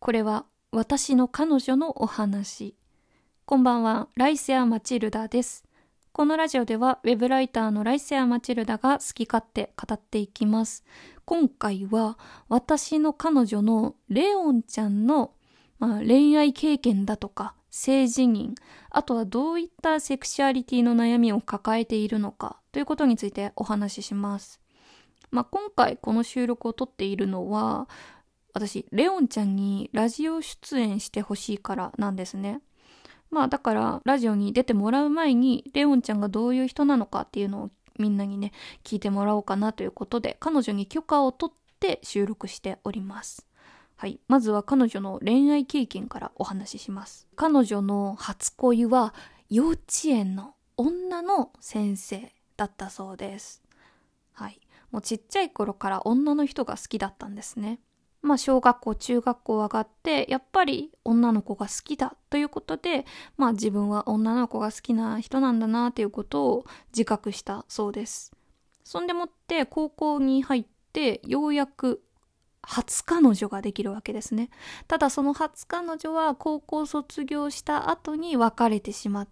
これは私の彼女のお話。こんばんは、ライセア・マチルダです。このラジオではウェブライターのライセア・マチルダが好き勝手語っていきます。今回は私の彼女のレオンちゃんの、恋愛経験だとか性自認、あとはどういったセクシュアリティの悩みを抱えているのかということについてお話しします。今回この収録を撮っているのは、私レオンちゃんにラジオ出演してほしいからなんですね。だからラジオに出てもらう前にレオンちゃんがどういう人なのかっていうのをみんなにね聞いてもらおうかなということで、彼女に許可を取って収録しております。はい、まずは彼女の恋愛経験からお話しします。彼女の初恋は幼稚園の女の先生だったそうです。はい、もうちっちゃい頃から女の人が好きだったんですね。小学校中学校上がってやっぱり女の子が好きだということで、自分は女の子が好きな人なんだなということを自覚したそうです。そんでもって高校に入ってようやく初彼女ができるわけですね。ただその初彼女は高校卒業した後に別れてしまって、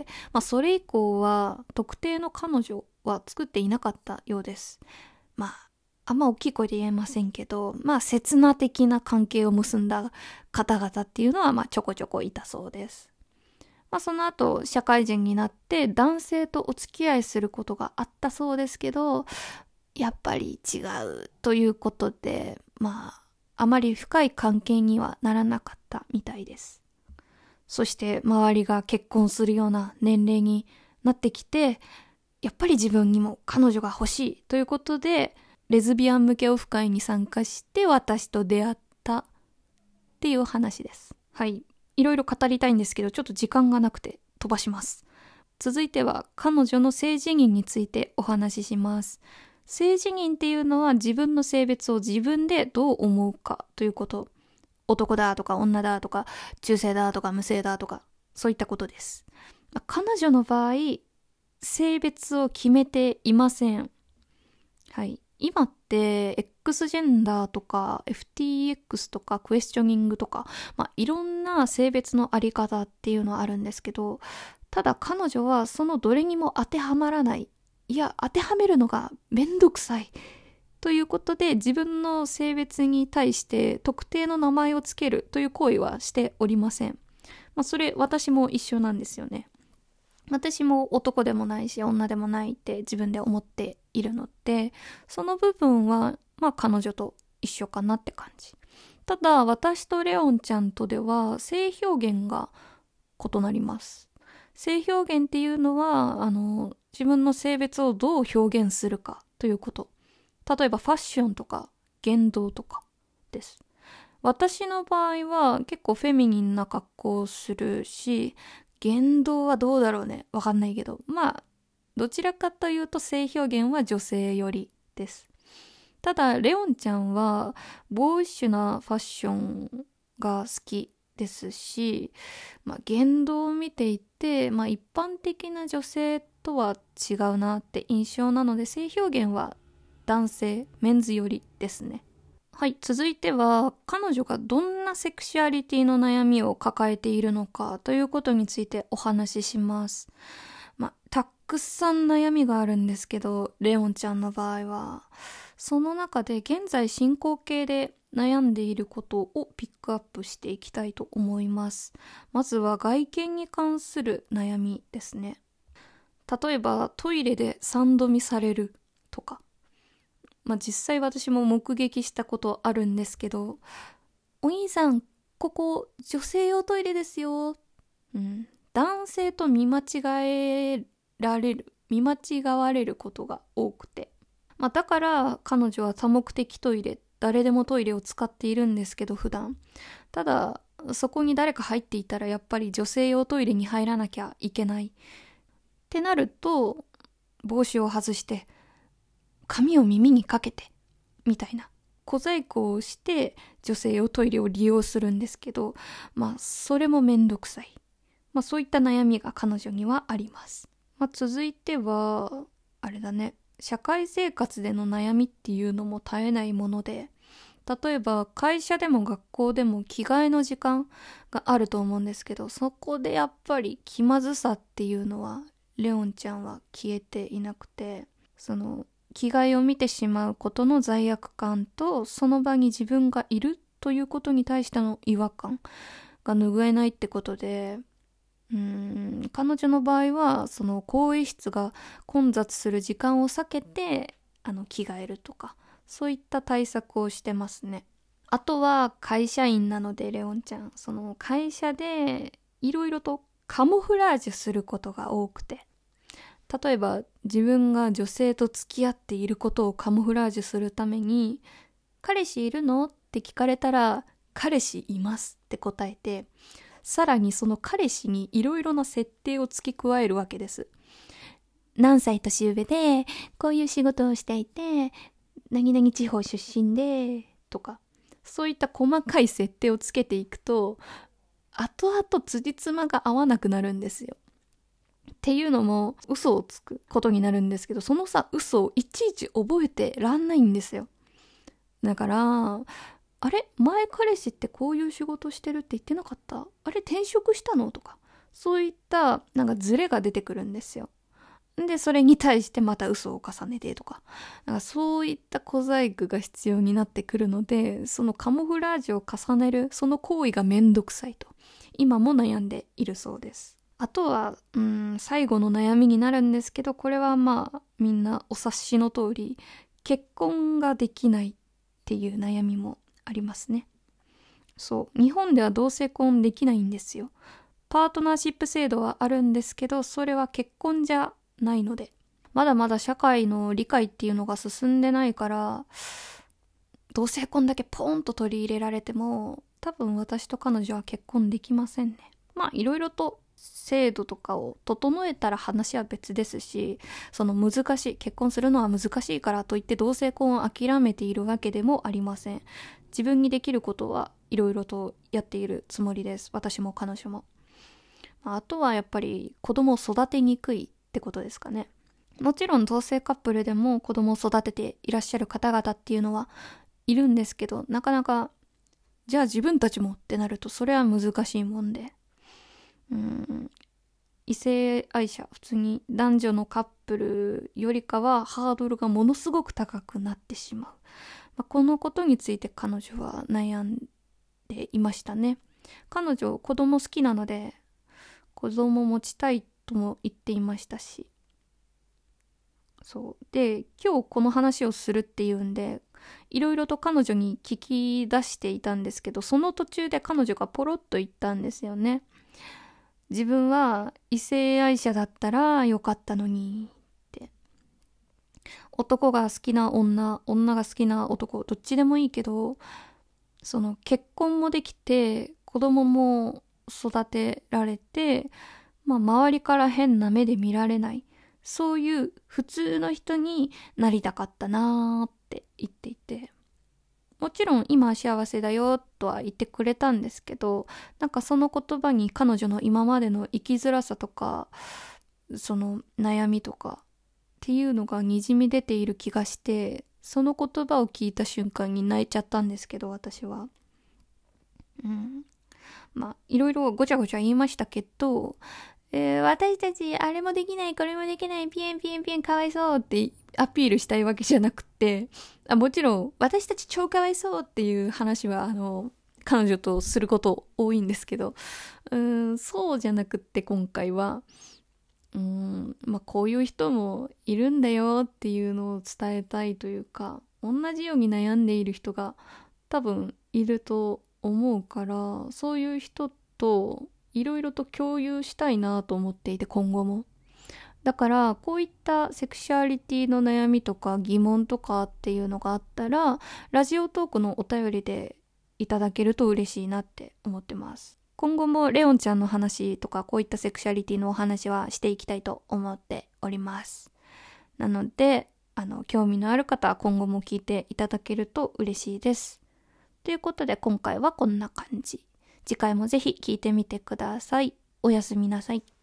それ以降は特定の彼女は作っていなかったようです。あんま大きい声で言えませんけど、刹那的な関係を結んだ方々っていうのはちょこちょこいたそうです。その後社会人になって男性とお付き合いすることがあったそうですけど、やっぱり違うということで、あまり深い関係にはならなかったみたいです。そして周りが結婚するような年齢になってきて、やっぱり自分にも彼女が欲しいということで、レズビアン向けオフ会に参加して私と出会ったっていう話です。はい。いろいろ語りたいんですけど、ちょっと時間がなくて飛ばします。続いては彼女の性自認についてお話しします。性自認っていうのは自分の性別を自分でどう思うかということ。男だとか女だとか中性だとか無性だとかそういったことです。彼女の場合、性別を決めていません。はい。今って X ジェンダーとか FTX とかクエスチョニングとか、いろんな性別のあり方っていうのはあるんですけど、ただ彼女はそのどれにも当てはまらない、いや当てはめるのがめんどくさいということで、自分の性別に対して特定の名前をつけるという行為はしておりません。それ私も一緒なんですよね。私も男でもないし女でもないって自分で思っているので、その部分は彼女と一緒かなって感じ。ただ私とレオンちゃんとでは性表現が異なります。性表現っていうのは自分の性別をどう表現するかということ。例えばファッションとか言動とかです。私の場合は結構フェミニンな格好をするし、言動はどうだろうね。わかんないけど。どちらかというと性表現は女性寄りです。ただ、レオンちゃんは、ボーイッシュなファッションが好きですし、言動を見ていて、一般的な女性とは違うなって印象なので、性表現は男性、メンズ寄りですね。はい、続いては彼女がどんなセクシュアリティの悩みを抱えているのかということについてお話しします。たくさん悩みがあるんですけど、レオンちゃんの場合はその中で現在進行形で悩んでいることをピックアップしていきたいと思います。まずは外見に関する悩みですね。例えばトイレで三度見されるとか、実際私も目撃したことあるんですけど、お兄さん、ここ女性用トイレですよ。男性と見間違われることが多くて。だから彼女は多目的トイレ、誰でもトイレを使っているんですけど普段。ただ、そこに誰か入っていたらやっぱり女性用トイレに入らなきゃいけない。ってなると、帽子を外して、髪を耳にかけてみたいな小細工をして女性用トイレを利用するんですけど、それもめんどくさい。そういった悩みが彼女にはあります。続いてはあれだね、社会生活での悩みっていうのも絶えないもので、 例えば会社でも学校でも着替えの時間があると思うんですけど、そこでやっぱり気まずさっていうのはレオンちゃんは消えていなくて、その着替えを見てしまうことの罪悪感と、その場に自分がいるということに対しての違和感が拭えないってことで、彼女の場合はその更衣室が混雑する時間を避けて着替えるとか、そういった対策をしてますね。あとは会社員なのでレオンちゃん、その会社でいろいろとカモフラージュすることが多くて、例えば自分が女性と付き合っていることをカモフラージュするために、彼氏いるのって聞かれたら、彼氏いますって答えて、さらにその彼氏にいろいろな設定を付け加えるわけです。何歳年上で、こういう仕事をしていて、何々地方出身で、とか、そういった細かい設定をつけていくと、後々辻褄が合わなくなるんですよ。っていうのも嘘をつくことになるんですけど、その嘘をいちいち覚えてらんないんですよ。だからあれ前彼氏ってこういう仕事してるって言ってなかった？あれ転職したの？とか、そういったなんかズレが出てくるんですよ。でそれに対してまた嘘を重ねてとか、なんかそういった小細工が必要になってくるので、そのカモフラージュを重ねるその行為がめんどくさいと今も悩んでいるそうです。あとは最後の悩みになるんですけど、これはまあみんなお察しの通り、結婚ができないっていう悩みもありますね。そう、日本では同性婚できないんですよ。パートナーシップ制度はあるんですけど、それは結婚じゃないので、まだまだ社会の理解っていうのが進んでないから、同性婚だけポーンと取り入れられても多分私と彼女は結婚できませんね。まあいろいろと制度とかを整えたら話は別ですし、その難しい、結婚するのは難しいからといって同性婚を諦めているわけでもありません。自分にできることはいろいろとやっているつもりです。私も彼女も。あとはやっぱり子供を育てにくいってことですかね。もちろん同性カップルでも子供を育てていらっしゃる方々っていうのはいるんですけど、なかなかじゃあ自分たちもってなるとそれは難しいもんで、異性愛者、普通に男女のカップルよりかはハードルがものすごく高くなってしまう。このことについて彼女は悩んでいましたね。彼女子供好きなので子供持ちたいとも言っていましたし、そうで今日この話をするっていうんでいろいろと彼女に聞き出していたんですけど、その途中で彼女がポロッと言ったんですよね。自分は異性愛者だったらよかったのにって。男が好きな女、女が好きな男、どっちでもいいけど、その結婚もできて子供も育てられて、周りから変な目で見られない、そういう普通の人になりたかったなーって言っていて、もちろん今は幸せだよとは言ってくれたんですけど、なんかその言葉に彼女の今までの生きづらさとかその悩みとかっていうのがにじみ出ている気がして、その言葉を聞いた瞬間に泣いちゃったんですけど、私は。いろいろごちゃごちゃ言いましたけど、私たちあれもできないこれもできないピエンピエンピエンかわいそうってアピールしたいわけじゃなくて、もちろん私たち超かわいそうっていう話は彼女とすること多いんですけど、そうじゃなくって今回はこういう人もいるんだよっていうのを伝えたいというか、同じように悩んでいる人が多分いると思うから、そういう人といろいろと共有したいなと思っていて、今後も。だからこういったセクシュアリティの悩みとか疑問とかっていうのがあったら、ラジオトークのお便りでいただけると嬉しいなって思ってます。今後もレオンちゃんの話とかこういったセクシュアリティのお話はしていきたいと思っております。なので興味のある方は今後も聞いていただけると嬉しいです。ということで今回はこんな感じ。次回もぜひ聞いてみてください。おやすみなさい。